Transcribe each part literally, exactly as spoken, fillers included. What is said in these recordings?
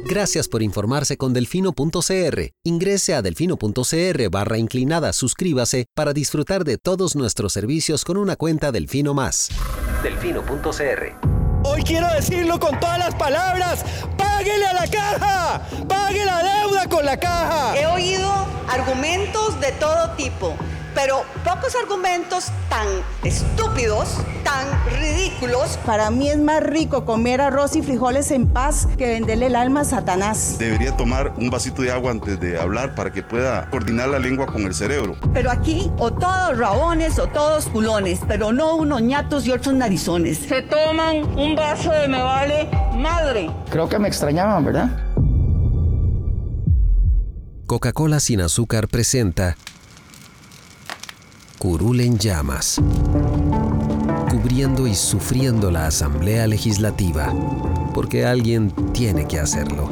Gracias por informarse con delfino.cr. Ingrese a delfino.cr barra inclinada, suscríbase para disfrutar de todos nuestros servicios con una cuenta Delfino Más. delfino.cr. Hoy quiero decirlo con todas las palabras. ¡Páguele a la caja! ¡Pague la deuda con la caja! He oído argumentos de todo tipo, pero pocos argumentos tan estúpidos, tan ridículos. Para mí es más rico comer arroz y frijoles en paz que venderle el alma a Satanás. Debería tomar un vasito de agua antes de hablar para que pueda coordinar la lengua con el cerebro. Pero aquí, o todos rabones o todos culones, pero no unos ñatos y otros narizones. Se toman un vaso de me vale madre. Creo que me extrañaban, ¿verdad? Coca-Cola sin azúcar presenta Curul en llamas, cubriendo y sufriendo la Asamblea Legislativa, porque alguien tiene que hacerlo.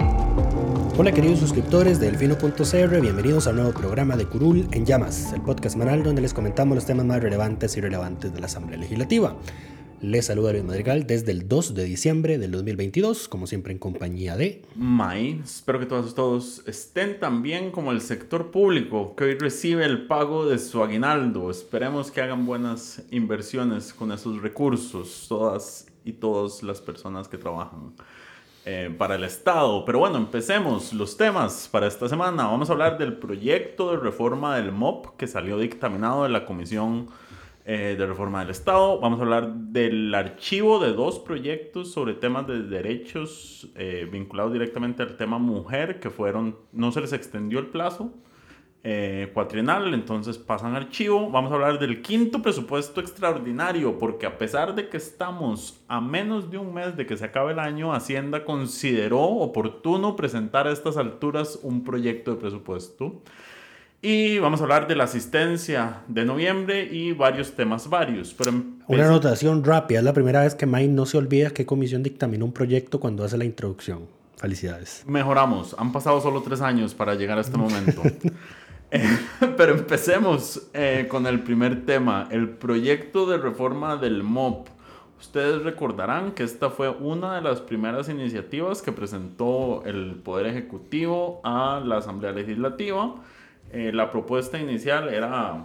Hola queridos suscriptores de delfino.cr, bienvenidos a un nuevo programa de Curul en llamas, el podcast semanal donde les comentamos los temas más relevantes y irrelevantes de la Asamblea Legislativa. Les saluda Luis Madrigal desde el dos de diciembre del dos mil veintidós, como siempre en compañía de... May, espero que todos, todos estén tan bien como el sector público, que hoy recibe el pago de su aguinaldo. Esperemos que hagan buenas inversiones con esos recursos, todas y todas las personas que trabajan eh, para el Estado. Pero bueno, empecemos los temas para esta semana. Vamos a hablar del proyecto de reforma del M O P que salió dictaminado de la Comisión Eh, de Reforma del Estado. Vamos a hablar del archivo de dos proyectos sobre temas de derechos eh, vinculados directamente al tema mujer, que fueron, no se les extendió el plazo eh, cuatrienal, entonces pasan archivo. Vamos a hablar del quinto presupuesto extraordinario, porque a pesar de que estamos a menos de un mes de que se acabe el año, Hacienda consideró oportuno presentar a estas alturas un proyecto de presupuesto. Y vamos a hablar de la asistencia de noviembre y varios temas varios. Pero Una anotación rápida. Es la primera vez que May no se olvida qué comisión dictaminó un proyecto cuando hace la introducción. Felicidades. Mejoramos. Han pasado solo tres años para llegar a este momento. eh, pero empecemos eh, con el primer tema. El proyecto de reforma del M O P. Ustedes recordarán que esta fue una de las primeras iniciativas que presentó el Poder Ejecutivo a la Asamblea Legislativa. Eh, la propuesta inicial era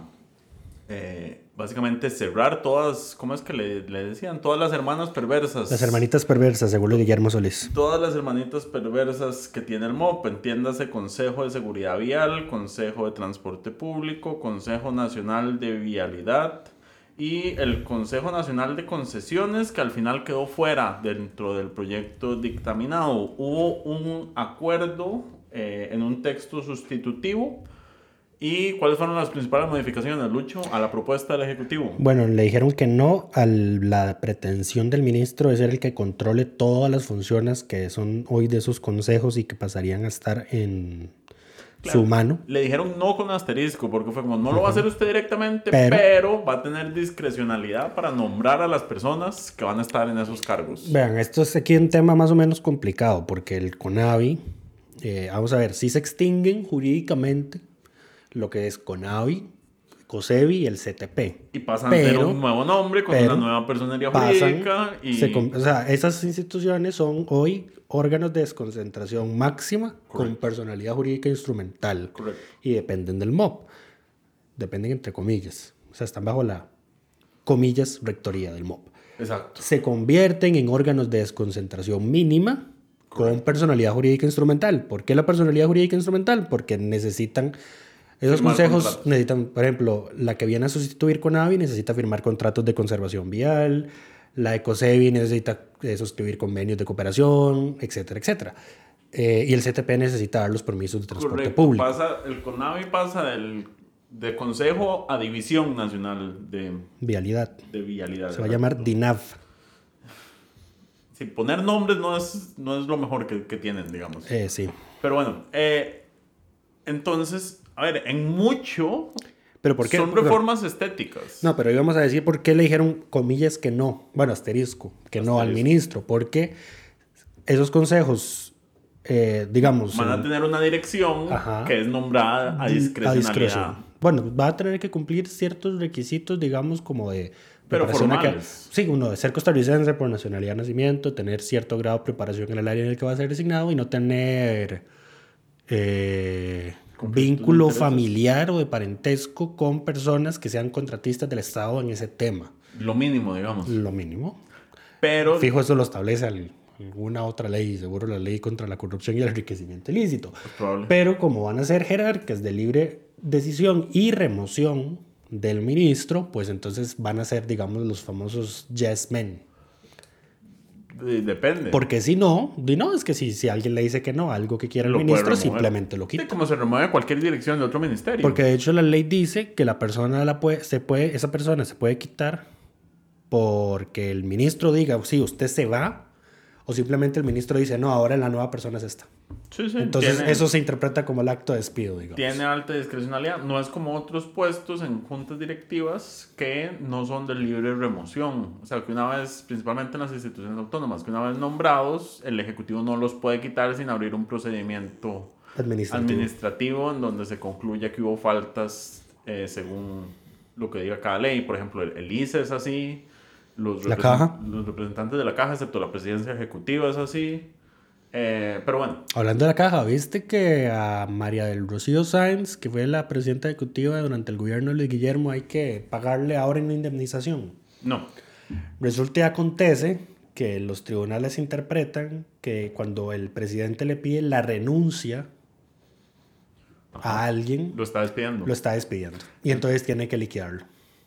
eh, básicamente cerrar todas, ¿cómo es que le, le decían? Todas las hermanas perversas. Las hermanitas perversas, según Guillermo Solís. Todas las hermanitas perversas que tiene el M O P, entiéndase Consejo de Seguridad Vial, Consejo de Transporte Público, Consejo Nacional de Vialidad y el Consejo Nacional de Concesiones, que al final quedó fuera dentro del proyecto dictaminado. Hubo un acuerdo eh, en un texto sustitutivo. ¿Y cuáles fueron las principales modificaciones, Lucho, a la propuesta del Ejecutivo? Bueno, le dijeron que no a la pretensión del ministro de ser el que controle todas las funciones que son hoy de esos consejos y que pasarían a estar en claro, su mano. Le dijeron no con asterisco, porque fue como, no lo va a hacer usted directamente, pero, pero va a tener discrecionalidad para nombrar a las personas que van a estar en esos cargos. Vean, esto es aquí un tema más o menos complicado, porque el CONAVI, eh, vamos a ver, si se extinguen jurídicamente lo que es CONAVI, COSEBI y el C T P. Y pasan pero, a tener un nuevo nombre con una nueva personería jurídica. Y... Se, o sea, esas instituciones son hoy órganos de desconcentración máxima. Correcto. Con personalidad jurídica instrumental. Correcto. Y dependen del M O P. Dependen entre comillas. O sea, están bajo la, comillas, rectoría del M O P. Exacto. Se convierten en órganos de desconcentración mínima. Correcto. Con personalidad jurídica instrumental. ¿Por qué la personalidad jurídica instrumental? Porque necesitan... Esos firmar consejos contratos. Necesitan, por ejemplo, la que viene a sustituir CONAVI necesita firmar contratos de conservación vial, la de COSEBI necesita eh, suscribir convenios de cooperación, etcétera, etcétera. Eh, y el C T P necesita dar los permisos de transporte Correcto. público. Pasa, el CONAVI pasa del de Consejo a División Nacional de Vialidad. De Vialidad. Se va a llamar DINAV. Sí, poner nombres no es, no es lo mejor que, que tienen, digamos. Eh, sí. Pero bueno, eh, entonces... A ver, en mucho ¿Pero por qué? son reformas no, estéticas. No, pero íbamos a decir por qué le dijeron, comillas, que no. Bueno, asterisco, que asterisco. No al ministro. Porque esos consejos, eh, digamos... Van a en, tener una dirección ajá, que es nombrada a discrecionalidad. A discreción. Bueno, va a tener que cumplir ciertos requisitos, digamos, como de Pero formales. Que, sí, uno de ser costarricense por nacionalidad de nacimiento, tener cierto grado de preparación en el área en el que va a ser designado y no tener eh, vínculo familiar o de parentesco con personas que sean contratistas del Estado en ese tema. Lo mínimo, digamos. Lo mínimo. Pero... Fijo, eso lo establece alguna otra ley, seguro la ley contra la corrupción y el enriquecimiento ilícito. Es probable. Pero como van a ser jerarcas de libre decisión y remoción del ministro, pues entonces van a ser, digamos, los famosos yes men. Depende. Porque si no, no es que si, si alguien le dice que no, algo que quiera el ministro, simplemente lo quita. Sí, como se remueve cualquier dirección de otro ministerio. Porque de hecho la ley dice que la persona la puede, se puede, esa persona se puede quitar porque el ministro diga, sí, usted se va, o simplemente el ministro dice, no, ahora la nueva persona es esta. Sí, sí. Entonces tiene, eso se interpreta como el acto de despido, digamos. Tiene alta discrecionalidad. No es como otros puestos en juntas directivas que no son de libre remoción. O sea, que una vez, principalmente en las instituciones autónomas, que una vez nombrados, el Ejecutivo no los puede quitar sin abrir un procedimiento administrativo, administrativo en donde se concluya que hubo faltas eh, según lo que diga cada ley. Por ejemplo, el, el I C E es así. Los, la caja. los representantes de la caja, excepto la presidencia ejecutiva, es así. Eh, pero bueno. Hablando de la caja, ¿viste que a María del Rocío Sáenz, que fue la presidenta ejecutiva durante el gobierno de Luis Guillermo, hay que pagarle ahora en indemnización? No. Resulta y acontece que los tribunales interpretan que cuando el presidente le pide la renuncia Ajá. a alguien, lo está despidiendo. Lo está despidiendo. Y entonces tiene que liquidarlo.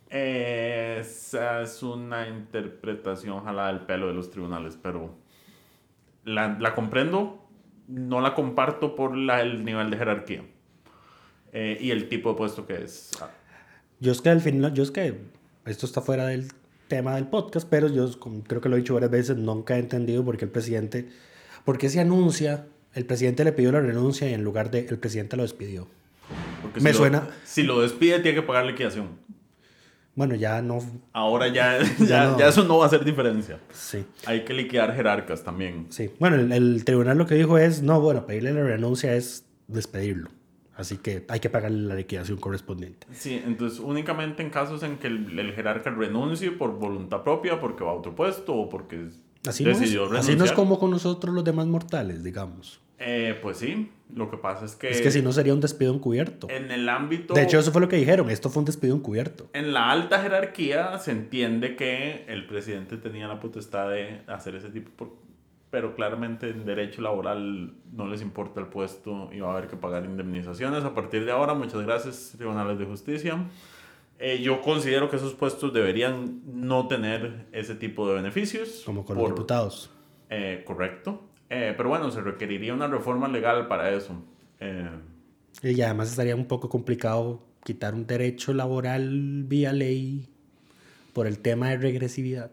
Esa es una interpretación jalada del pelo de los tribunales, pero la, la comprendo, no la comparto por la, el nivel de jerarquía eh, y el tipo de puesto que es. Yo es que al final, yo es que esto está fuera del tema del podcast, pero yo creo que lo he dicho varias veces, nunca he entendido por qué el presidente, por qué se anuncia, el presidente le pidió la renuncia y en lugar de el presidente lo despidió. Porque Me si suena. Lo, si lo despide, tiene que pagar liquidación. Bueno, ya no... Ahora ya, ya, ya, no. ya eso no va a hacer diferencia. Sí. Hay que liquidar jerarcas también. Sí. Bueno, el, el tribunal lo que dijo es, no, bueno, pedirle la renuncia es despedirlo. Así que hay que pagarle la liquidación correspondiente. Sí, entonces únicamente en casos en que el, el jerarca renuncie por voluntad propia, porque va a otro puesto o porque así decidió no es, renunciar. Así no es como con nosotros los demás mortales, digamos. Eh, pues sí, lo que pasa es que... Es que si no sería un despido encubierto. En el ámbito... De hecho, eso fue lo que dijeron, esto fue un despido encubierto. En la alta jerarquía se entiende que el presidente tenía la potestad de hacer ese tipo, por, pero claramente en derecho laboral no les importa el puesto y va a haber que pagar indemnizaciones. A partir de ahora, muchas gracias, tribunales de justicia. Eh, yo considero que esos puestos deberían no tener ese tipo de beneficios. Como con por, los diputados. Eh, correcto. Eh, pero bueno, se requeriría una reforma legal para eso. Eh, y además estaría un poco complicado quitar un derecho laboral vía ley por el tema de regresividad.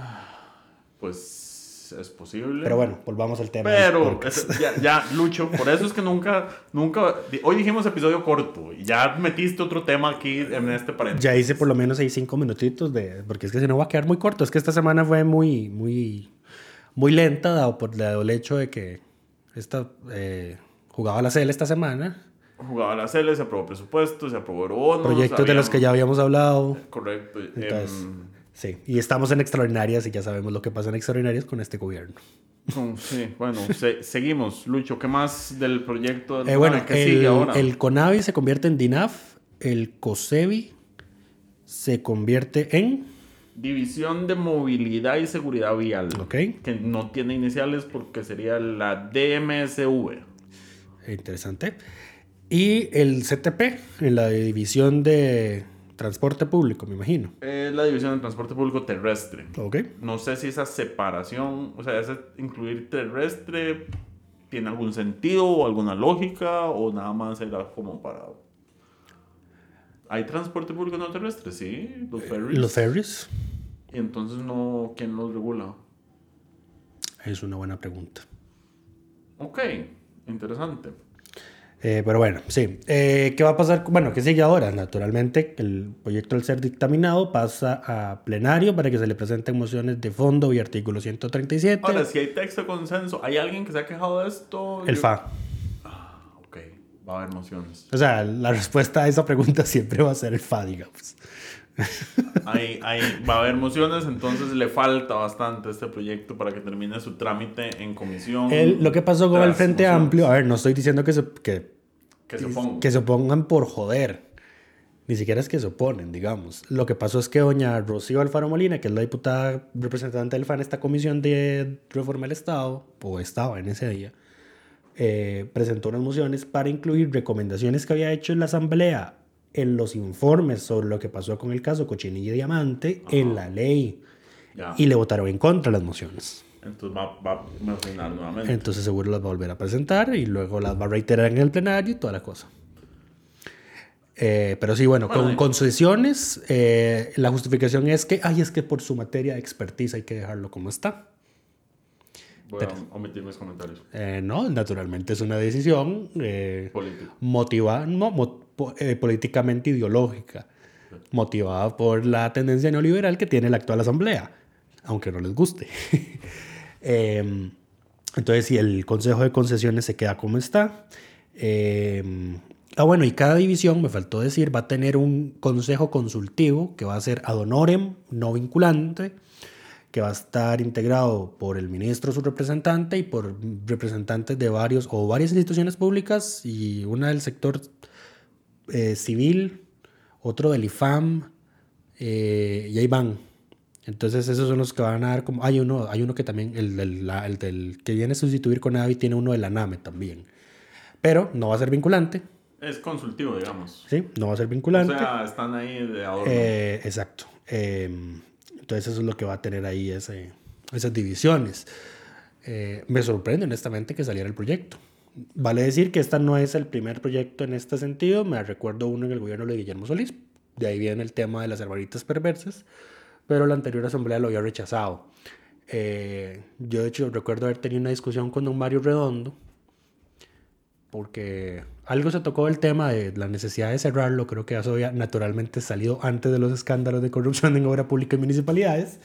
Pues es posible. Pero bueno, volvamos al tema. Pero es, ya, ya, Lucho, por eso es que nunca, nunca... Hoy dijimos episodio corto y ya metiste otro tema aquí en este paréntesis. Ya hice por lo menos ahí cinco minutitos de... Porque es que si no va a quedar muy corto. Es que esta semana fue muy... muy Muy lenta, dado por el hecho de que esta, eh, jugaba la C L esta semana. Jugaba la C L, se aprobó presupuesto, se aprobó bonos. Proyectos habíamos... de los que ya habíamos hablado. Correcto. Entonces, um... sí, y estamos en extraordinarias y ya sabemos lo que pasa en extraordinarias con este gobierno. Sí, bueno, se, seguimos. Lucho, ¿qué más del proyecto? Eh, bueno, ¿qué el, sigue ahora? El CONAVI se convierte en DINAF, el COSEBI se convierte en... División de Movilidad y Seguridad Vial. Ok. Que no tiene iniciales porque sería la D M S V. Interesante. Y el C T P, en la División de Transporte Público, me imagino. Es la División de Transporte Público Terrestre. Ok. No sé si esa separación, o sea, ese incluir terrestre, tiene algún sentido o alguna lógica o nada más era como para... ¿Hay transporte público no terrestre? Sí, los ferries. Los ferries. Y entonces, no, ¿quién los regula? Es una buena pregunta. Ok, interesante. Eh, pero bueno, sí. Eh, ¿Qué va a pasar? Bueno, ¿qué sigue ahora? Naturalmente, el proyecto al ser dictaminado pasa a plenario para que se le presenten mociones de fondo y artículo ciento treinta y siete. Ahora, si hay texto de consenso, ¿hay alguien que se ha quejado de esto? El Yo... F A. Ah, ok. Va a haber mociones. O sea, la respuesta a esa pregunta siempre va a ser el F A, digamos. Hay, hay, va a haber mociones, entonces le falta bastante a este proyecto para que termine su trámite en comisión. El, lo que pasó con el Frente mociones. Amplio, a ver, no estoy diciendo que se, que, que, se opongan. que se opongan por joder. Ni siquiera es que se oponen, digamos. Lo que pasó es que doña Rocío Alfaro Molina, que es la diputada representante del F A N en esta comisión de reforma del Estado, o estaba en ese día, eh, presentó unas mociones para incluir recomendaciones que había hecho en la Asamblea en los informes sobre lo que pasó con el caso Cochinilla y Diamante, ajá, en la ley. Ya. Y le votaron en contra las mociones. Entonces va, va a frenar nuevamente. Entonces seguro las va a volver a presentar y luego las va a reiterar en el plenario y toda la cosa. Eh, pero sí, bueno, bueno con concesiones, eh, la justificación es que, ay, es que por su materia de expertise hay que dejarlo como está. Voy pero, a omitir mis comentarios. Eh, no, naturalmente es una decisión eh, motivada, no, mo, po, eh, políticamente ideológica, sí, motivada por la tendencia neoliberal que tiene la actual asamblea, aunque no les guste. eh, entonces, si el Consejo de Concesiones se queda como está, eh, ah, bueno, y cada división, me faltó decir, va a tener un consejo consultivo que va a ser ad honorem, no vinculante, que va a estar integrado por el ministro, su representante, y por representantes de varios o varias instituciones públicas, y una del sector eh, civil, otro del I F A M, eh, y ahí van. Entonces esos son los que van a dar como... Hay uno, hay uno que también, el del, la, el del que viene a sustituir con Avi, tiene uno de la NAME también. Pero no va a ser vinculante. Es consultivo, digamos. Sí, no va a ser vinculante. O sea, están ahí de adorno. Eh, exacto. Eh, entonces eso es lo que va a tener ahí ese, esas divisiones. Eh, me sorprende honestamente que saliera el proyecto. Vale decir que este no es el primer proyecto en este sentido. Me recuerdo uno en el gobierno de Guillermo Solís. De ahí viene el tema de las hermanitas perversas. Pero la anterior asamblea lo había rechazado. Eh, yo de hecho recuerdo haber tenido una discusión con don Mario Redondo, porque algo se tocó el tema de la necesidad de cerrarlo. Creo que eso había naturalmente salido antes de los escándalos de corrupción en obra pública y municipalidades.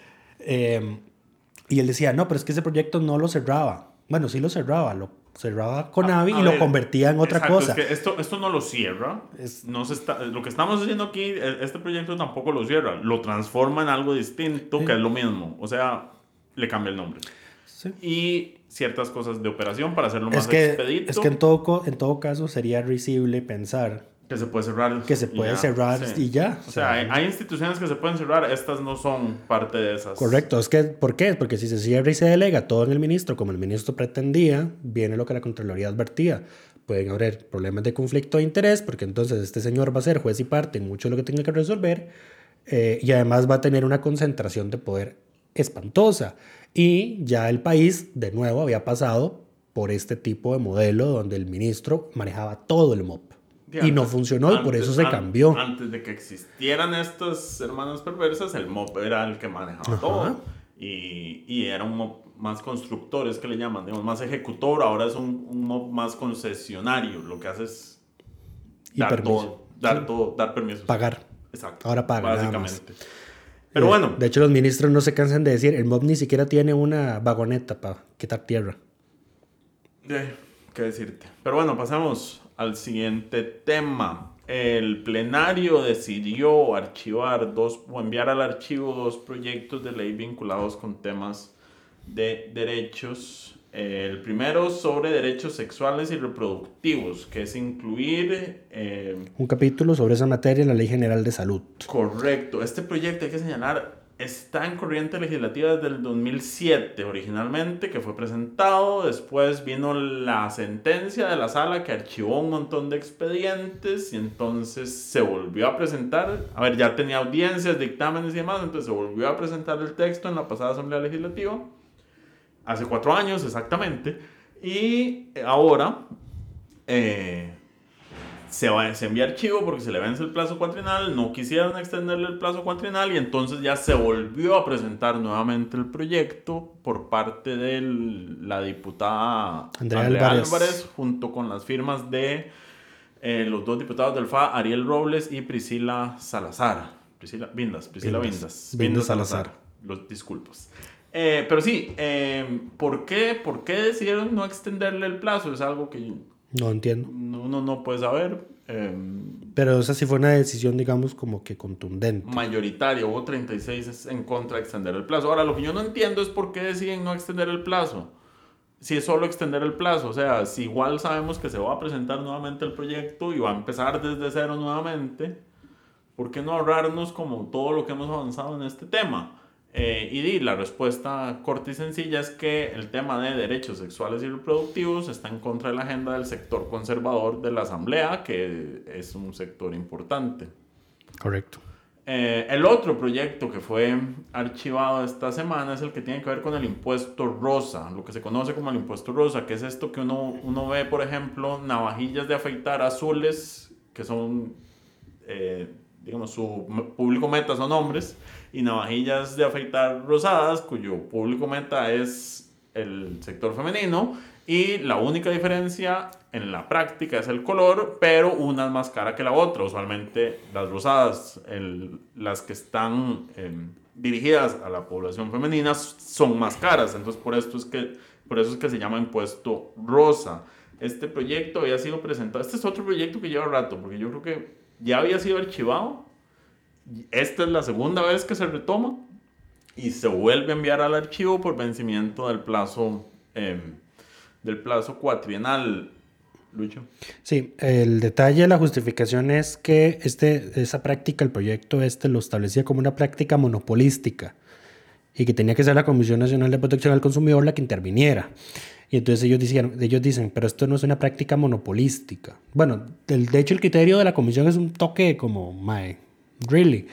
Eh, y él decía, no, pero es que ese proyecto no lo cerraba. Bueno, sí lo cerraba, lo cerraba con A, Avi y ver, lo convertía en otra exacto, cosa. Es que esto, esto no lo cierra. Es, no se está, lo que estamos haciendo aquí, este proyecto tampoco lo cierra. Lo transforma en algo distinto, sí, que es lo mismo. O sea, le cambia el nombre. Sí. Y ciertas cosas de operación para hacerlo más es que, expedito. Es que en todo, en todo caso sería risible pensar que se puede cerrar. Que se puede y cerrar sí, y ya. O sea, hay, hay instituciones que se pueden cerrar, estas no son parte de esas. Correcto. Es que, ¿por qué? Porque si se cierra y se delega todo en el ministro, como el ministro pretendía, viene lo que la Contraloría advertía. Pueden haber problemas de conflicto de interés, porque entonces este señor va a ser juez y parte en mucho de lo que tenga que resolver, eh, y además va a tener una concentración de poder espantosa. Y ya el país, de nuevo, había pasado por este tipo de modelo donde el ministro manejaba todo el M O P. Y antes, no funcionó antes, y por eso se cambió. Antes de que existieran estas hermanas perversas, el M O P era el que manejaba Ajá. todo. Y, y era un M O P más constructor, es que le llaman, digamos, más ejecutor. Ahora es un, un M O P más concesionario. Lo que hace es dar y todo, dar, sí. todo, dar permisos. Pagar. Exacto. Ahora paga. Básicamente. Pero eh, bueno. De hecho, los ministros no se cansan de decir, el M O P ni siquiera tiene una vagoneta para quitar tierra. Eh, ¿Qué decirte? Pero bueno, pasamos al siguiente tema. El plenario decidió archivar dos o enviar al archivo dos proyectos de ley vinculados con temas de derechos. El primero sobre derechos sexuales y reproductivos, que es incluir... Eh, un capítulo sobre esa materia en la Ley General de Salud. Correcto. Este proyecto, hay que señalar, está en corriente legislativa desde el dos mil siete originalmente, que fue presentado. Después vino la sentencia de la sala que archivó un montón de expedientes y entonces se volvió a presentar. A ver, ya tenía audiencias, dictámenes y demás, entonces se volvió a presentar el texto en la pasada Asamblea Legislativa. Hace cuatro años exactamente. Y ahora eh, se, va, se envía archivo porque se le vence el plazo cuatrinal. No quisieron extenderle el plazo cuatrinal y entonces ya se volvió a presentar nuevamente el proyecto por parte de la diputada Andrea, Andrea Álvarez. Álvarez, junto con las firmas de eh, los dos diputados del F A, Ariel Robles y Priscila Salazar. Priscila Vindas. Priscila Vindas. Vindas, Vindas Salazar. Salazar. Los disculpas. Eh, pero sí, eh, ¿por qué, ¿por qué decidieron no extenderle el plazo? Es algo que No entiendo. Uno no puede saber. Eh, Pero esa sí fue una decisión, digamos, como que contundente. Mayoritaria, hubo treinta y seis en contra de extender el plazo. Ahora, lo que yo no entiendo es por qué deciden no extender el plazo. Si es solo extender el plazo, o sea, si igual sabemos que se va a presentar nuevamente el proyecto y va a empezar desde cero nuevamente, ¿por qué no ahorrarnos como todo lo que hemos avanzado en este tema? Eh, y di, la respuesta corta y sencilla es que el tema de derechos sexuales y reproductivos está en contra de la agenda del sector conservador de la Asamblea, que es un sector importante. Correcto. Eh, el otro proyecto que fue archivado esta semana es el que tiene que ver con el impuesto rosa, lo que se conoce como el impuesto rosa, que es esto que uno, uno ve, por ejemplo, navajillas de afeitar azules, que son, eh, digamos, su público meta son hombres, y navajillas de afeitar rosadas, cuyo público meta es el sector femenino, y la única diferencia en la práctica es el color, pero una es más cara que la otra. Usualmente las rosadas, el, las que están eh, dirigidas a la población femenina, son más caras. Entonces por esto es que, por eso es que se llama impuesto rosa. Este proyecto había sido presentado. Este es otro proyecto que lleva rato, porque yo creo que ya había sido archivado. Esta es la segunda vez que se retoma y se vuelve a enviar al archivo por vencimiento del plazo eh, del plazo cuatrienal. Lucho. Sí, el detalle de la justificación es que este, esa práctica, el proyecto este lo establecía como una práctica monopolística y que tenía que ser la Comisión Nacional de Protección al Consumidor la que interviniera. Y entonces ellos, decían, ellos dicen, pero esto no es una práctica monopolística. Bueno, el, de hecho el criterio de la Comisión es un toque como, mae, really,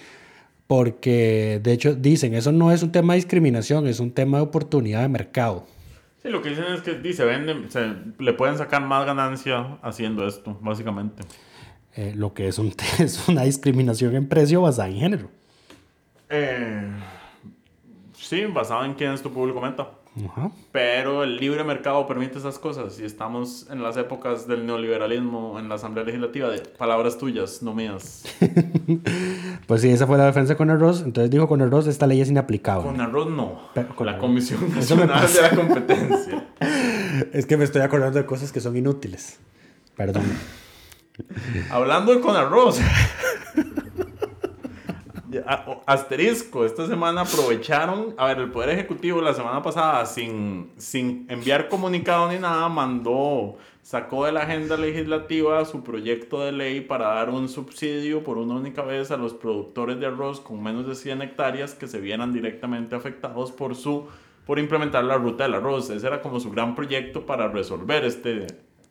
porque de hecho dicen, eso no es un tema de discriminación, es un tema de oportunidad de mercado. Sí, lo que dicen es que se venden, se, le pueden sacar más ganancia haciendo esto, básicamente. Eh, lo que es, un, es una discriminación en precio basada en género. Eh, sí, basado en quién es tu público meta. Uh-huh. Pero el libre mercado permite esas cosas y estamos en las épocas del neoliberalismo en la Asamblea Legislativa de palabras tuyas, no mías. Pues sí, esa fue la defensa con arroz. Entonces dijo con arroz, esta ley es inaplicable. Con arroz no, Pero con la arroz. Comisión Nacional de la Competencia. Es que me estoy acordando de cosas que son inútiles. Perdón. Hablando de con arroz. Asterisco, esta semana aprovecharon, a ver, el Poder Ejecutivo la semana pasada sin, sin enviar comunicado ni nada, mandó, sacó de la agenda legislativa su proyecto de ley para dar un subsidio por una única vez a los productores de arroz con menos de cien hectáreas que se vieran directamente afectados por su, por implementar la ruta del arroz. Ese era como su gran proyecto para resolver este,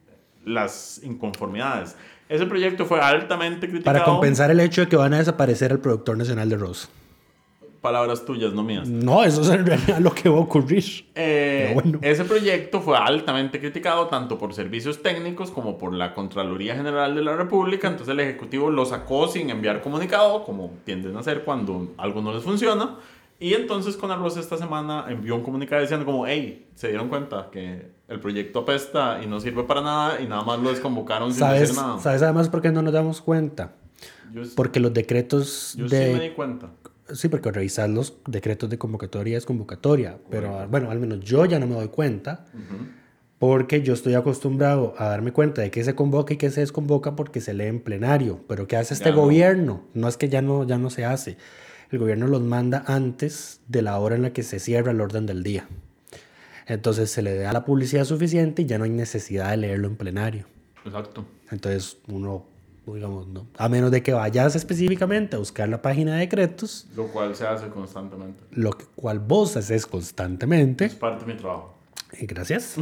las inconformidades. Ese proyecto fue altamente criticado. Para compensar el hecho de que van a desaparecer el productor nacional de arroz. Palabras tuyas, no mías. No, eso es en realidad lo que va a ocurrir. Eh, Pero bueno. Ese proyecto fue altamente criticado tanto por servicios técnicos como por la Contraloría General de la República. Entonces el Ejecutivo lo sacó sin enviar comunicado, como tienden a hacer cuando algo no les funciona. Y entonces con arroz esta semana envió un comunicado diciendo como, hey, se dieron cuenta que el proyecto apesta y no sirve para nada y nada más lo desconvocaron sin ¿Sabes, decir nada. ¿Sabes además por qué no nos damos cuenta? Yo, Porque los decretos yo de... sí me di cuenta. Sí, porque revisar los decretos de convocatoria es convocatoria. Pero bueno, al menos yo ya no me doy cuenta. Uh-huh. Porque yo estoy acostumbrado a darme cuenta de que se convoca y que se desconvoca porque se lee en plenario. Pero ¿qué hace este ya no. gobierno? No es que ya no, ya no se hace. El gobierno los manda antes de la hora en la que se cierra el orden del día. Entonces se le da la publicidad suficiente y ya no hay necesidad de leerlo en plenario. Exacto. Entonces uno, digamos, no, a menos de que vayas específicamente a buscar la página de decretos. Lo cual se hace constantemente. Lo que, cual vos haces constantemente. Es parte de mi trabajo. Y gracias.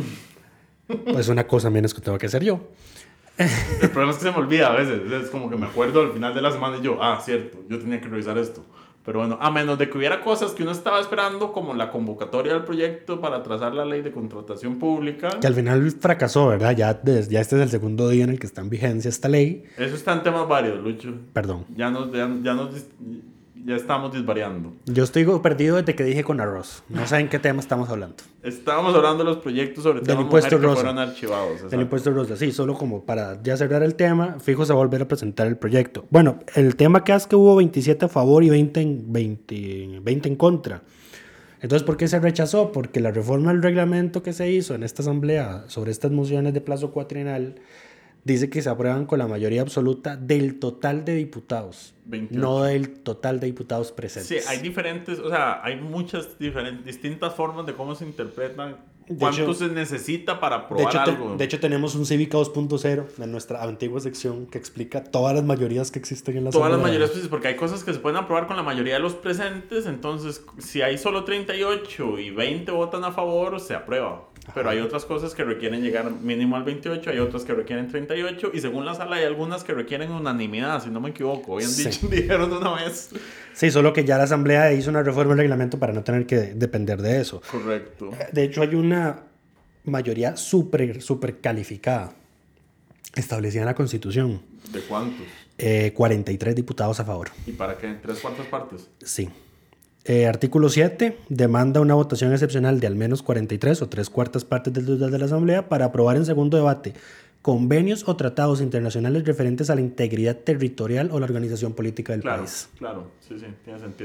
Es una cosa menos que tengo que hacer yo. El problema es que se me olvida a veces. Es como que me acuerdo al final de la semana y yo, ah, cierto, yo tenía que revisar esto. Pero bueno, a menos de que hubiera cosas que uno estaba esperando, como la convocatoria del proyecto para trazar la ley de contratación pública. Que al final fracasó, ¿verdad? Ya, desde, ya este es el segundo día en el que está en vigencia esta ley. Eso está en temas varios, Lucho. Perdón. Ya nos, ya, ya nos, ya estamos disvariando. Yo estoy perdido desde que dije con arroz. No sé en qué tema estamos hablando. Estábamos hablando de los proyectos sobre del temas impuesto mujer que rosa. fueron archivados. Exacto. Del impuesto rosa, sí, solo como para ya cerrar el tema, fijo se va a volver a presentar el proyecto. Bueno, el tema que es que hubo veintisiete a favor y veinte en, veinte, veinte en contra. Entonces, ¿por qué se rechazó? Porque la reforma del reglamento que se hizo en esta asamblea sobre estas mociones de plazo cuatrienal dice que se aprueban con la mayoría absoluta del total de diputados, veintiocho. No del total de diputados presentes. Sí, hay diferentes, o sea, hay muchas diferentes, distintas formas de cómo se interpretan cuánto hecho, se necesita para aprobar de hecho, algo. Te, de hecho, tenemos un Cívica dos punto cero en nuestra antigua sección que explica todas las mayorías que existen en la Todas asamblea. las mayorías, pues, porque hay cosas que se pueden aprobar con la mayoría de los presentes, entonces, si hay solo treinta y ocho y veinte votan a favor, se aprueba. Ajá. Pero hay otras cosas que requieren llegar mínimo al veintiocho, hay otras que requieren treinta y ocho, y según la sala hay algunas que requieren unanimidad, si no me equivoco. Habían sí. dicho, dijeron una vez. Sí, solo que ya la asamblea hizo una reforma del reglamento para no tener que depender de eso. Correcto. De hecho, hay una mayoría súper, súper calificada establecida en la Constitución. ¿De cuántos? Eh, cuarenta y tres diputados a favor. ¿Y para qué? ¿Tres cuartas partes? Sí. Eh, artículo siete, demanda una votación excepcional de al menos cuarenta y tres o tres cuartas partes del total de la Asamblea para aprobar en segundo debate convenios o tratados internacionales referentes a la integridad territorial o la organización política del claro, país. Claro, sí, sí, tiene sentido.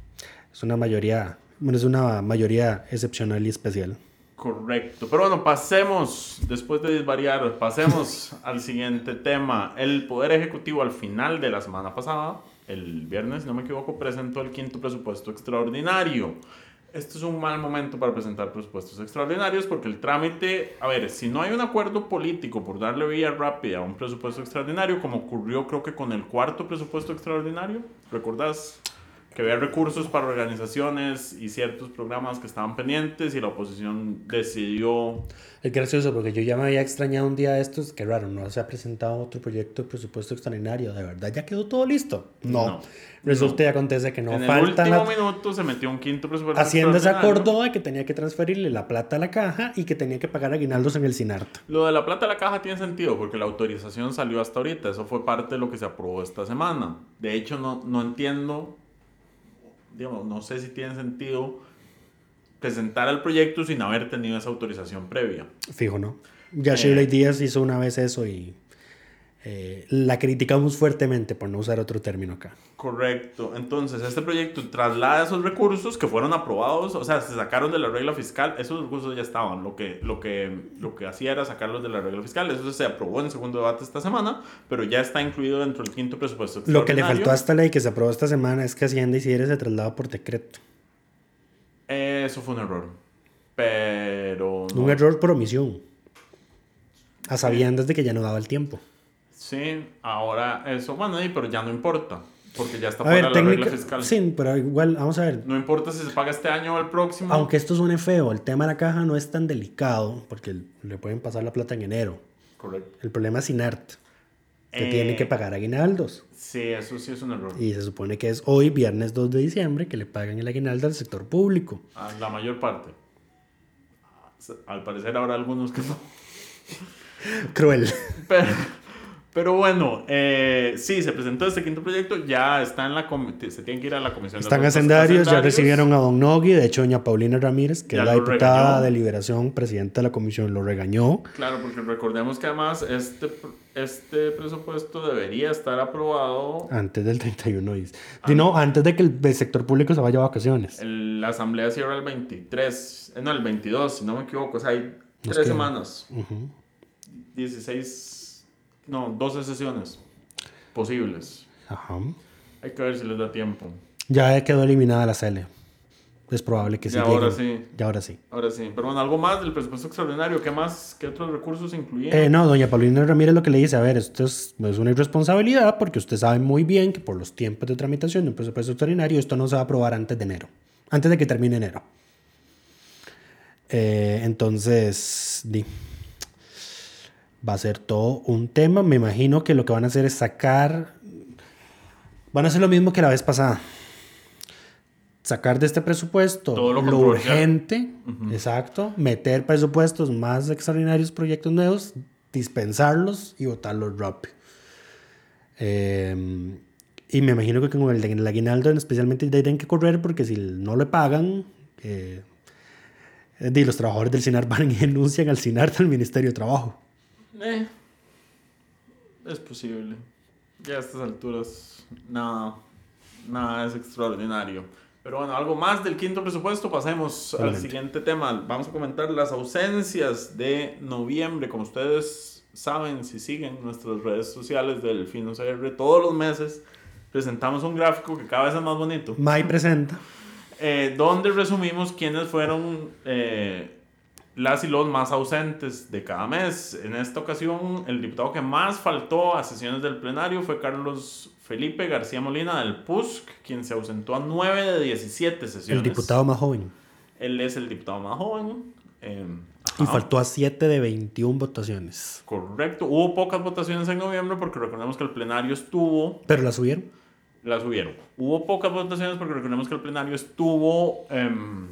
Es una mayoría, bueno, es una mayoría excepcional y especial. Correcto, pero bueno, pasemos, después de desvariar, pasemos al siguiente tema. El Poder Ejecutivo al final de la semana pasada, el viernes, si no me equivoco, presentó el quinto presupuesto extraordinario. Este es un mal momento para presentar presupuestos extraordinarios porque el trámite, a ver, si no hay un acuerdo político por darle vía rápida a un presupuesto extraordinario, como ocurrió creo que con el cuarto presupuesto extraordinario, ¿recordás? Que había recursos para organizaciones y ciertos programas que estaban pendientes y la oposición decidió... Es gracioso porque yo ya me había extrañado un día de estos, qué raro, no se ha presentado otro proyecto de presupuesto extraordinario, ¿de verdad ya quedó todo listo? No, no resulta no. y acontece que no en faltan... En el último la... minuto se metió un quinto presupuesto Hacienda se acordó de que tenía que transferirle la plata a la caja y que tenía que pagar aguinaldos en el SINART. Lo de la plata a la caja tiene sentido porque la autorización salió hasta ahorita, eso fue parte de lo que se aprobó esta semana. De hecho, no, no entiendo... Digamos, no sé si tiene sentido presentar el proyecto sin haber tenido esa autorización previa. Fijo, ¿no? Ya eh, Shirley Díaz hizo una vez eso y eh, la criticamos fuertemente por no usar otro término acá. Correcto. Entonces, este proyecto traslada esos recursos que fueron aprobados, o sea, se sacaron de la regla fiscal, esos recursos ya estaban. Lo que, lo que, lo que hacía era sacarlos de la regla fiscal. Eso se aprobó en segundo debate esta semana, pero ya está incluido dentro del quinto presupuesto extraordinario. Lo que le faltó a esta ley que se aprobó esta semana es que Hacienda hiciera ese traslado por decreto. Eso fue un error. Pero... No. Un error por omisión. A sabiendas de que ya no daba el tiempo. Sí, ahora eso, bueno, pero ya no importa. Porque ya está a fuera ver, de la técnica, regla fiscal. Sí, pero igual, vamos a ver. No importa si se paga este año o el próximo. Aunque esto suene feo, el tema de la caja no es tan delicado porque le pueden pasar la plata en enero. Correcto. El problema es SINART, que eh, tiene que pagar aguinaldos. Sí, eso sí es un error. Y se supone que es hoy, viernes dos de diciembre, que le pagan el aguinaldo al sector público. A la mayor parte. Al parecer habrá algunos que no. Cruel. Pero... Pero bueno, eh, sí, se presentó este quinto proyecto, ya está en la comisión, se tiene que ir a la comisión. Están de hacendarios, ya recibieron a Don Nogui, de hecho doña Paulina Ramírez, que ya es la diputada regañó. de Liberación, presidenta de la comisión, lo regañó. Claro, porque recordemos que además este, este presupuesto debería estar aprobado... Antes del treinta y uno, dice. Ah, no, antes de que el, el sector público se vaya a vacaciones. El, la asamblea cierra el veintitrés, no, el veintidós, si no me equivoco, o sea, hay tres que, semanas. Uh-huh. dieciséis... No, doce sesiones posibles. Ajá. Hay que ver si les da tiempo. Ya quedó eliminada la C L. Es probable que sí. Y ahora sí. Y ahora sí. Ahora sí. Pero bueno, algo más del presupuesto extraordinario. ¿Qué más? ¿Qué otros recursos incluyen? Eh, no, doña Paulina Ramírez lo que le dice, a ver, esto es, es una irresponsabilidad porque usted sabe muy bien que por los tiempos de tramitación de un presupuesto extraordinario esto no se va a aprobar antes de enero. Antes de que termine enero. Eh, entonces, di... va a ser todo un tema. Me imagino que lo que van a hacer es sacar... Van a hacer lo mismo que la vez pasada. Sacar de este presupuesto todo lo, lo urgente. Uh-huh. Exacto. Meter presupuestos más extraordinarios, proyectos nuevos, dispensarlos y votarlos rápido. Eh, y me imagino que con el, el aguinaldo especialmente tienen que correr porque si no le pagan... Eh, y los trabajadores del SINART van y denuncian al SINART al Ministerio de Trabajo. Eh, es posible. Ya a estas alturas nada, nada es extraordinario. Pero bueno, algo más del quinto presupuesto, pasemos Solamente. al siguiente tema. Vamos a comentar las ausencias de noviembre. Como ustedes saben, si siguen nuestras redes sociales del Fino C R, todos los meses presentamos un gráfico que cada vez es más bonito. May presenta. Eh, donde resumimos quiénes fueron eh, las y los más ausentes de cada mes. En esta ocasión, el diputado que más faltó a sesiones del plenario fue Carlos Felipe García Molina del P U S C, quien se ausentó a nueve de diecisiete sesiones. El diputado más joven. Él es el diputado más joven. Eh, Y ajá. faltó a siete de veintiuna votaciones. Correcto. Hubo pocas votaciones en noviembre porque recordemos que el plenario estuvo... ¿Pero la subieron? La subieron. Hubo pocas votaciones porque recordemos que el plenario estuvo eh,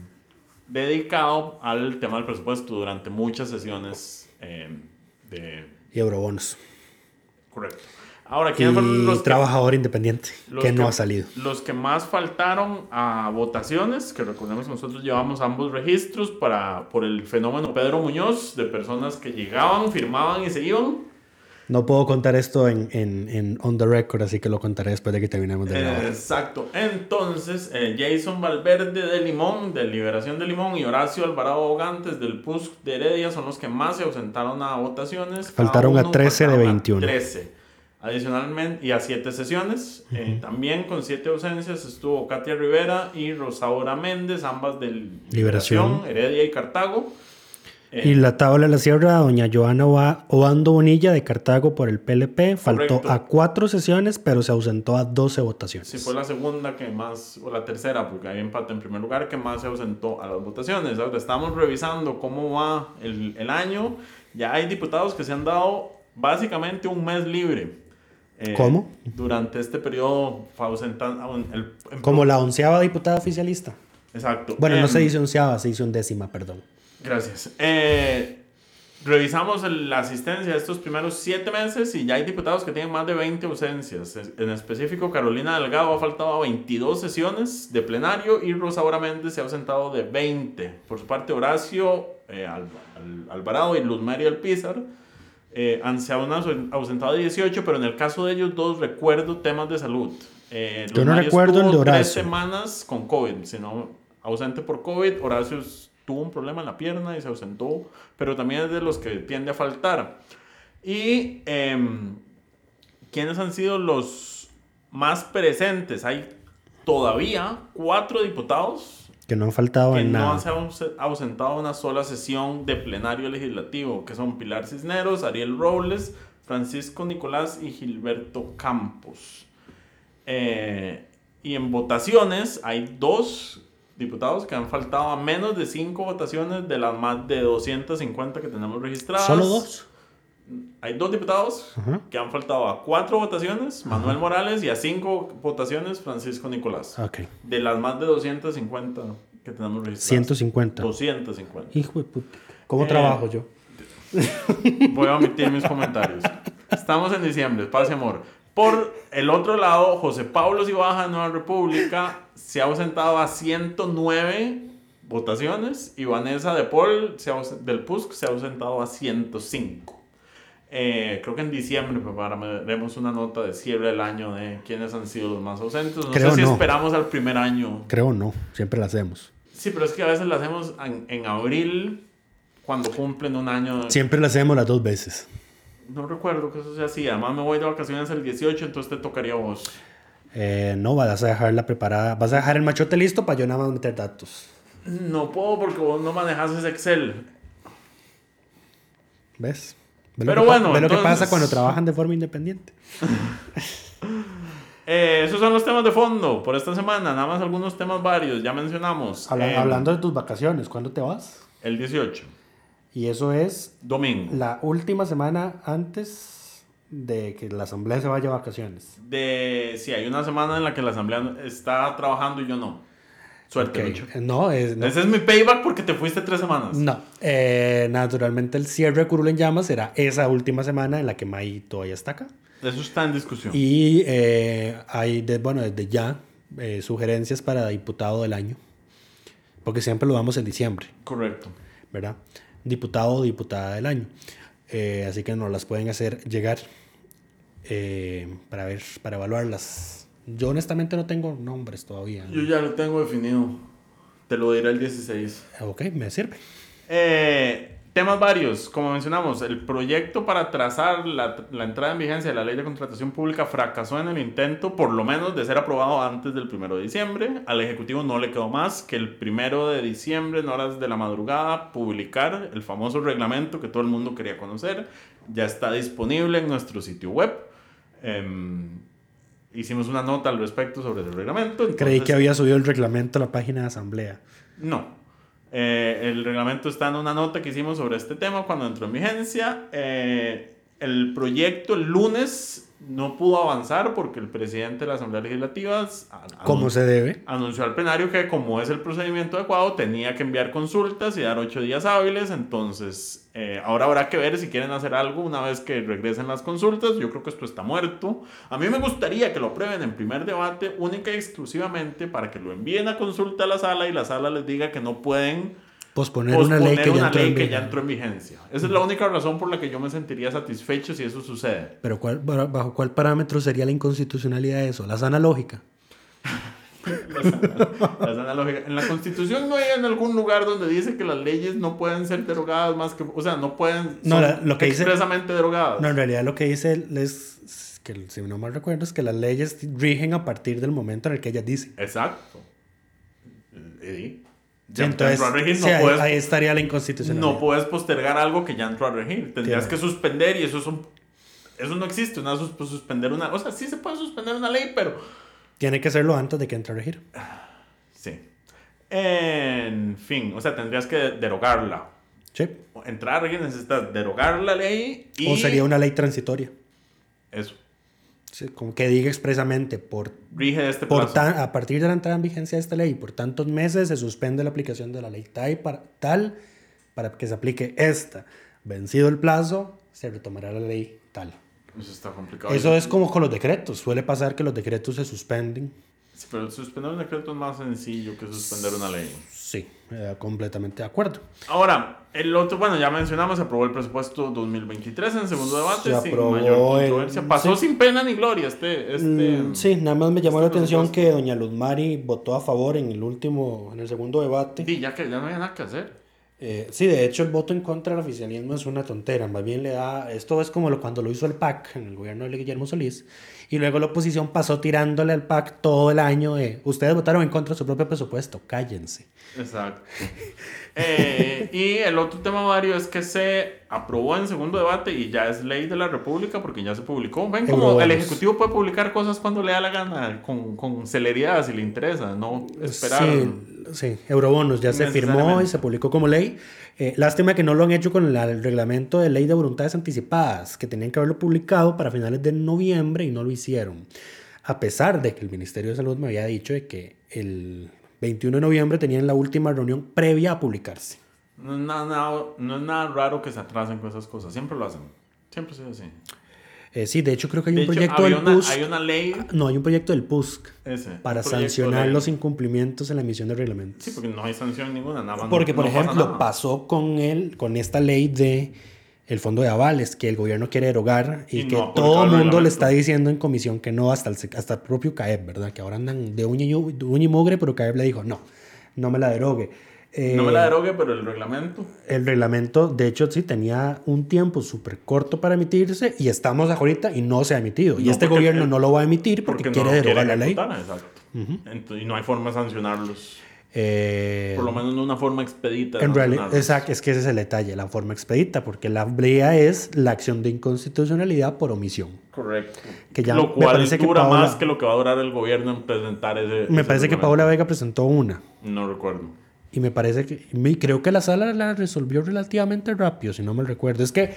dedicado al tema del presupuesto durante muchas sesiones eh, de... Y eurobonos. Correcto. Ahora, ¿quiénes fueron Y los que- trabajador independiente, los que no ha salido. Los que más faltaron a votaciones, que recordemos que nosotros llevamos ambos registros para, por el fenómeno Pedro Muñoz, de personas que llegaban, firmaban y se iban. No puedo contar esto en, en, en on the record, así que lo contaré después de que terminemos de grabar. Eh, exacto. Entonces, eh, Jason Valverde de Limón, de Liberación de Limón, y Horacio Alvarado Bogantes del P U S C de Heredia son los que más se ausentaron a votaciones. Cada Faltaron a uno trece de faltaron a veintiuna. trece. Adicionalmente, y a siete sesiones. Uh-huh. eh, también con siete ausencias estuvo Katia Rivera y Rosaura Méndez, ambas de Liberación, Liberación. Heredia y Cartago. Eh, Y la tabla de la sierra, doña Joana Obando Bonilla de Cartago por el P L P, faltó Correcto. a cuatro sesiones, pero se ausentó a doce votaciones. Sí, fue la segunda que más, o la tercera, porque hay empate en primer lugar, que más se ausentó a las votaciones. Ahora estamos revisando cómo va el, el año. Ya hay diputados que se han dado básicamente un mes libre. Eh, ¿Cómo? Durante este periodo fue ausentando... El, el, Como la onceava diputada oficialista. Exacto. Bueno, eh, no se dice onceava, se dice undécima, perdón. Gracias. Eh, revisamos el, la asistencia de estos primeros siete meses y ya hay diputados que tienen más de veinte ausencias. En específico, Carolina Delgado ha faltado a veintidós sesiones de plenario y Rosaura Méndez se ha ausentado de veinte. Por su parte, Horacio eh, Al, Al, Alvarado y Luz María Alpizar eh, han, se han ausentado de dieciocho, pero en el caso de ellos dos recuerdo temas de salud. Eh, Yo no María recuerdo el de estuvo tres Horacio. semanas con COVID, sino ausente por COVID. Horacio tuvo un problema en la pierna y se ausentó, pero también es de los que tiende a faltar. Y eh, ¿quiénes han sido los más presentes? Hay todavía cuatro diputados Que no han faltado que en no nada. se han ausentado una sola sesión de plenario legislativo, que son Pilar Cisneros, Ariel Robles, Francisco Nicolás y Gilberto Campos. Eh, y en votaciones hay dos diputados que han faltado a menos de cinco votaciones de las más de doscientas cincuenta que tenemos registradas. ¿Solo dos? Hay dos diputados Ajá. que han faltado a cuatro votaciones, Manuel Ajá. Morales, y a cinco votaciones, Francisco Nicolás. Ok. De las más de doscientas cincuenta que tenemos registradas. ciento cincuenta. doscientas cincuenta. Hijo de puta. ¿Cómo Eh, trabajo yo? Voy a omitir mis comentarios. Estamos en diciembre, paz y amor. Por el otro lado, José Pablo Cibaja de Nueva República se ha ausentado a ciento nueve votaciones y Vanessa de Paul se ha, del P U S C se ha ausentado a ciento cinco. Eh, creo que en diciembre prepararemos una nota de cierre del año de quiénes han sido los más ausentes. No Creo sé si no. esperamos al primer año. Creo no, siempre la hacemos. Sí, pero es que a veces la hacemos en, en abril, cuando cumplen un año. Siempre la hacemos las dos veces. No recuerdo que eso sea así. Además me voy de vacaciones el dieciocho, entonces te tocaría a vos. Eh, no, vas a dejarla preparada. Vas a dejar el machote listo para yo nada más meter datos. No puedo porque vos no manejas ese Excel. ¿Ves? ¿Ves Pero lo que, bueno, ¿ves lo que entonces- pasa cuando trabajan de forma independiente? Eh, esos son los temas de fondo por esta semana. Nada más algunos temas varios. Ya mencionamos. Habla- eh, hablando de tus vacaciones, ¿cuándo te vas? El dieciocho. Y eso es Domingo. la última semana antes de que la asamblea se vaya a vacaciones. De, sí, hay una semana en la que la asamblea está trabajando y yo no. Suerte, Ok. Lucho. No, es... No. Ese es mi payback porque te fuiste tres semanas. No, eh, naturalmente el cierre de Curul en Llamas será esa última semana en la que May todavía está acá. Eso está en discusión. Y eh, hay, de, bueno, desde ya, eh, sugerencias para diputado del año. Porque siempre lo damos en diciembre, Correcto. ¿verdad? Diputado o diputada del año. Eh, así que nos las pueden hacer llegar eh, para ver, para evaluarlas Yo honestamente no tengo nombres todavía. Yo ya lo tengo definido. Te lo diré el dieciséis. Ok, me sirve. Eh... Temas varios, como mencionamos, el proyecto para trazar la, la entrada en vigencia de la ley de contratación pública fracasó en el intento, por lo menos, de ser aprobado antes del primero de diciembre. Al Ejecutivo no le quedó más que el primero de diciembre, en horas de la madrugada, publicar el famoso reglamento que todo el mundo quería conocer. Ya está disponible en nuestro sitio web. Eh, hicimos una nota al respecto sobre el reglamento. Entonces, creí que había subido el reglamento a la página de asamblea. No. Eh, el reglamento está en una nota que hicimos sobre este tema cuando entró en vigencia. Eh, el proyecto el lunes no pudo avanzar porque el presidente de la Asamblea Legislativa, como se debe, anunció al plenario que, como es el procedimiento adecuado, tenía que enviar consultas y dar ocho días hábiles. Entonces, eh, ahora habrá que ver si quieren hacer algo una vez que regresen las consultas. Yo creo que esto está muerto. A mí me gustaría que lo aprueben en primer debate, única y exclusivamente para que lo envíen a consulta a la sala y la sala les diga que no pueden posponer, posponer una ley, que, una ya, entró ley que ya entró en vigencia. Esa es la única razón por la que yo me sentiría satisfecho si eso sucede. Pero ¿cuál, ¿bajo cuál parámetro sería la inconstitucionalidad de eso? ¿La sana lógica? la, sana, la sana lógica. En la Constitución no hay en algún lugar donde dice que las leyes no pueden ser derogadas más que... O sea, no pueden no, la, lo que expresamente dice, derogadas. No, en realidad lo que dice es... que si no mal recuerdo es que las leyes rigen a partir del momento en el que ellas dicen. Exacto. ¿Y? Ya entonces, entró a regir, no sí, puedes, ahí estaría la inconstitucionalidad. No puedes postergar algo que ya entró a regir. Tendrías Tiene. que suspender y eso es un, eso no existe. Una sus, suspender una, o sea, sí se puede suspender una ley, pero tiene que hacerlo antes de que entre a regir. Sí. En fin, o sea, tendrías que derogarla. Sí. Entrar a regir necesitas derogar la ley y... O sería una ley transitoria. Eso. Sí, como que diga expresamente por, rige este por plazo. Tan, a partir de la entrada en vigencia de esta ley por tantos meses se suspende la aplicación de la ley tal para, tal para que se aplique esta. Vencido el plazo, se retomará la ley tal. Eso está complicado. Eso es como con los decretos. Suele pasar que los decretos se suspenden. Sí, pero suspender un decreto es más sencillo que suspender una ley. Sí, eh, completamente de acuerdo. Ahora, el otro, bueno, ya mencionamos, se aprobó el presupuesto dos mil veintitrés en segundo debate, se sin aprobó mayor controversia. el, Pasó sí. sin pena ni gloria este... este mm, sí, nada más me llamó este la atención que doña Luz Mari votó a favor en el último, en el segundo debate. Sí, ya que ya no había nada que hacer. Eh, sí, de hecho el voto en contra del oficialismo es una tontera, más bien le da, esto es como lo, cuando lo hizo el P A C en el gobierno de Guillermo Solís, y luego la oposición pasó tirándole al P A C todo el año de, ustedes votaron en contra de su propio presupuesto, cállense. Exacto. eh, y el otro tema, Mario, es que se aprobó en segundo debate y ya es ley de la República porque ya se publicó. Ven como Eurobonos. El Ejecutivo puede publicar cosas cuando le da la gana, con, con celeridad si le interesa, no esperar. Sí, sí. Eurobonos ya se firmó y se publicó como ley. Eh, lástima que no lo han hecho con la, el reglamento de ley de voluntades anticipadas, que tenían que haberlo publicado para finales de noviembre y no lo hicieron. A pesar de que el Ministerio de Salud me había dicho de que el veintiuno de noviembre tenían la última reunión previa a publicarse. No es nada, no es nada raro que se atrasen con esas cosas. Siempre lo hacen. Siempre se hace así. Eh, sí, de hecho creo que hay de un hecho, proyecto del una, P U S C. Hay una ley... No, hay un proyecto del P U S C Ese, para sancionar los incumplimientos en la emisión de reglamentos. Sí, porque no hay sanción ninguna. Nada más porque, no, por no ejemplo, pasa pasó con, el, con esta ley de el fondo de avales que el gobierno quiere derogar y, y que no todo el mundo le está diciendo en comisión que no, hasta el, hasta el propio C A E P, ¿verdad? Que ahora andan de uña y, de uña y mugre, pero C A E P le dijo, no, no me la derogue. Eh, no me la derogue, pero el reglamento. El reglamento, de hecho, sí tenía un tiempo súper corto para emitirse y estamos ahorita y no se ha emitido. Y no, este gobierno el, no lo va a emitir porque, porque quiere no derogar quiere la ley. Exacto. Uh-huh. Entonces, y no hay forma de sancionarlos. Eh, Por lo menos no una forma expedita. En realidad, exacto, es que ese es el detalle, la forma expedita, porque la vía es la acción de inconstitucionalidad por omisión. Correcto. Que ya lo cual me dura que Paola, más que lo que va a durar el gobierno en presentar ese. Me ese parece que Paola Vega presentó una. No recuerdo. Y me parece que, y creo que la sala la resolvió relativamente rápido, si no me recuerdo. Es que,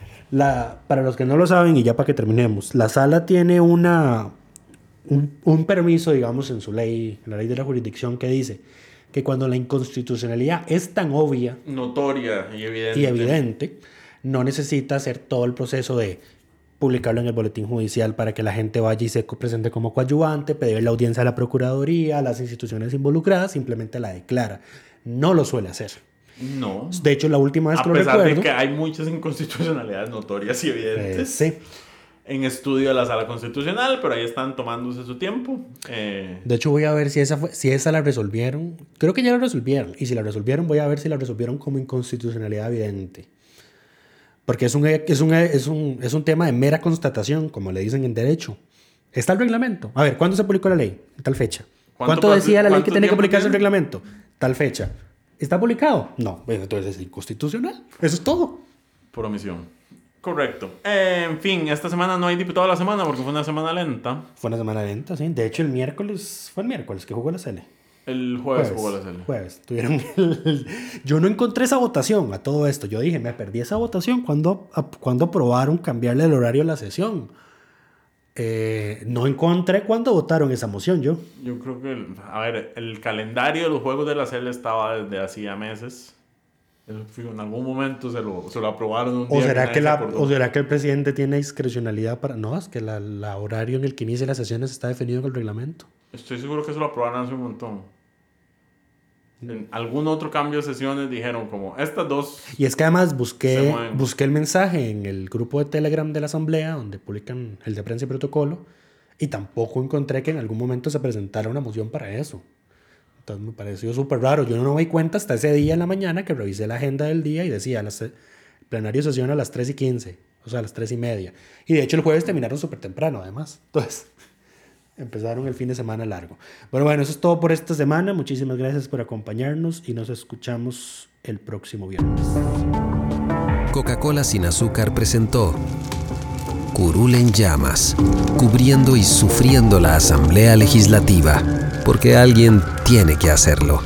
la, para los que no lo saben, y ya para que terminemos, la sala tiene una, un, un permiso, digamos, en su ley, en la ley de la jurisdicción, que dice que cuando la inconstitucionalidad es tan obvia, notoria y evidente, y evidente no necesita hacer todo el proceso de publicarlo en el boletín judicial para que la gente vaya y se presente como coadyuvante, pedir la audiencia a la Procuraduría, a las instituciones involucradas, simplemente la declara. No lo suele hacer. No. De hecho, la última vez a que lo recuerdo... A pesar de que hay muchas inconstitucionalidades notorias y evidentes. Eh, sí. en estudio de la Sala Constitucional, pero ahí están tomándose su tiempo. Eh... De hecho, voy a ver si esa, fue, si esa la resolvieron. Creo que ya la resolvieron. Y si la resolvieron, voy a ver si la resolvieron como inconstitucionalidad evidente. Porque es un, es un, es un, es un tema de mera constatación, como le dicen en derecho. Está el reglamento. A ver, ¿cuándo se publicó la ley? Tal fecha. ¿Cuánto, ¿Cuánto decía la ley que tenía que publicarse el reglamento? Tal fecha. ¿Está publicado? No. Pues entonces es inconstitucional. Eso es todo. Por omisión. Correcto. Eh, en fin, esta semana no hay diputado de la semana porque fue una semana lenta. Fue una semana lenta, sí. De hecho, el miércoles... Fue el miércoles que jugó la Cele. El jueves, jueves jugó la Cele. Jueves. Tuvieron el... Yo no encontré esa votación a todo esto. Yo dije, me perdí esa votación cuando, cuando aprobaron cambiarle el horario a la sesión. Eh, no encontré cuándo votaron esa moción yo. Yo creo que... El, a ver, el calendario de los juegos de la Cele estaba desde hacía meses. En algún momento se lo, se lo aprobaron un día. ¿O será, que la, ¿O será que el presidente tiene discrecionalidad para...? No, es que la, la horario en el que inicia las sesiones está definido en el reglamento. Estoy seguro que se lo aprobaron hace un montón. En algún otro cambio de sesiones dijeron como estas dos... Y es que además busqué, busqué el mensaje en el grupo de Telegram de la Asamblea, donde publican el de prensa y protocolo, y tampoco encontré que en algún momento se presentara una moción para eso. Entonces me pareció súper raro. Yo no me di cuenta hasta ese día en la mañana que revisé la agenda del día y decía, el plenario sesión a las tres y quince, o sea, a las tres y media. Y de hecho el jueves terminaron súper temprano, además. Entonces, empezaron el fin de semana largo. Bueno, bueno, eso es todo por esta semana. Muchísimas gracias por acompañarnos y nos escuchamos el próximo viernes. Coca-Cola sin azúcar presentó Curul en llamas, cubriendo y sufriendo la Asamblea Legislativa, porque alguien tiene que hacerlo.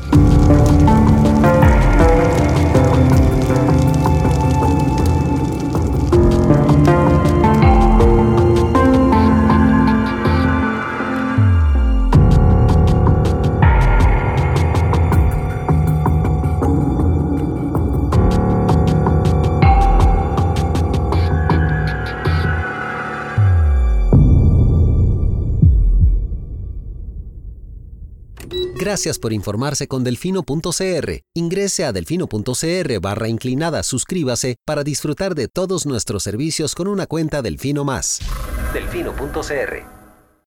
Gracias por informarse con delfino punto c r. Ingrese a delfino punto c r barra inclinada, suscríbase para disfrutar de todos nuestros servicios con una cuenta Delfino Más. delfino punto c r